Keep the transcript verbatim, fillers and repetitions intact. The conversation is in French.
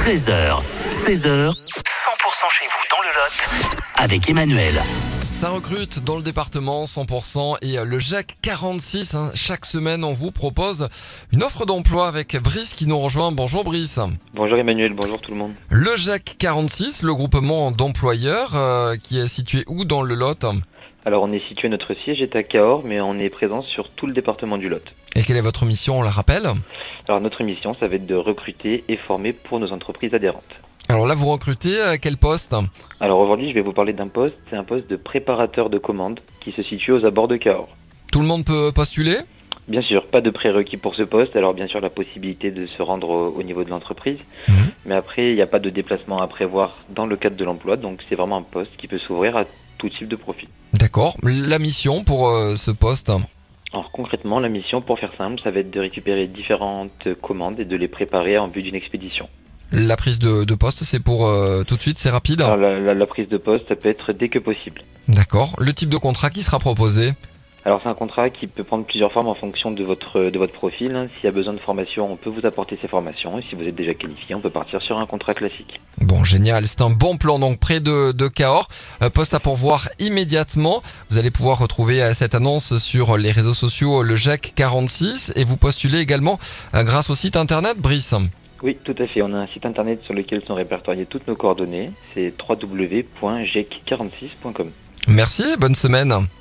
treize heures, seize heures, cent pour cent chez vous dans le Lot avec Emmanuel. Ça recrute dans le département cent pour cent et le J A C quarante-six. Hein, chaque semaine, on vous propose une offre d'emploi avec Brice qui nous rejoint. Bonjour Brice. Bonjour Emmanuel, bonjour tout le monde. Le J A C quarante-six, le groupement d'employeurs euh, qui est situé où dans le Lot? Alors on est situé, notre siège est à Cahors, mais on est présent sur tout le département du Lot. Et quelle est votre mission, on la rappelle? Alors notre mission, ça va être de recruter et former pour nos entreprises adhérentes. Alors là, vous recrutez à quel poste? Alors aujourd'hui, je vais vous parler d'un poste, c'est un poste de préparateur de commandes qui se situe aux abords de Cahors. Tout le monde peut postuler? Bien sûr, pas de prérequis pour ce poste, alors bien sûr la possibilité de se rendre au, au niveau de l'entreprise, Mmh. mais après il n'y a pas de déplacement à prévoir dans le cadre de l'emploi, donc c'est vraiment un poste qui peut s'ouvrir à tout type de profil. D'accord. La mission pour euh, ce poste? Alors concrètement, la mission, pour faire simple, ça va être de récupérer différentes commandes et de les préparer en vue d'une expédition. La prise de, de poste, c'est pour euh, tout de suite, c'est rapide? Alors la, la, la prise de poste, ça peut être dès que possible. D'accord. Le type de contrat qui sera proposé? Alors c'est un contrat qui peut prendre plusieurs formes en fonction de votre de votre profil. S'il y a besoin de formation, on peut vous apporter ces formations. Et si vous êtes déjà qualifié, on peut partir sur un contrat classique. Bon, génial. C'est un bon plan, donc près de, de Cahors. Euh, poste à pourvoir immédiatement. Vous allez pouvoir retrouver euh, cette annonce sur les réseaux sociaux, le J A C quarante-six. Et vous postulez également euh, grâce au site internet, Brice. Oui, tout à fait. On a un site internet sur lequel sont répertoriées toutes nos coordonnées. C'est w w w point j e c quarante-six point com. Merci, bonne semaine.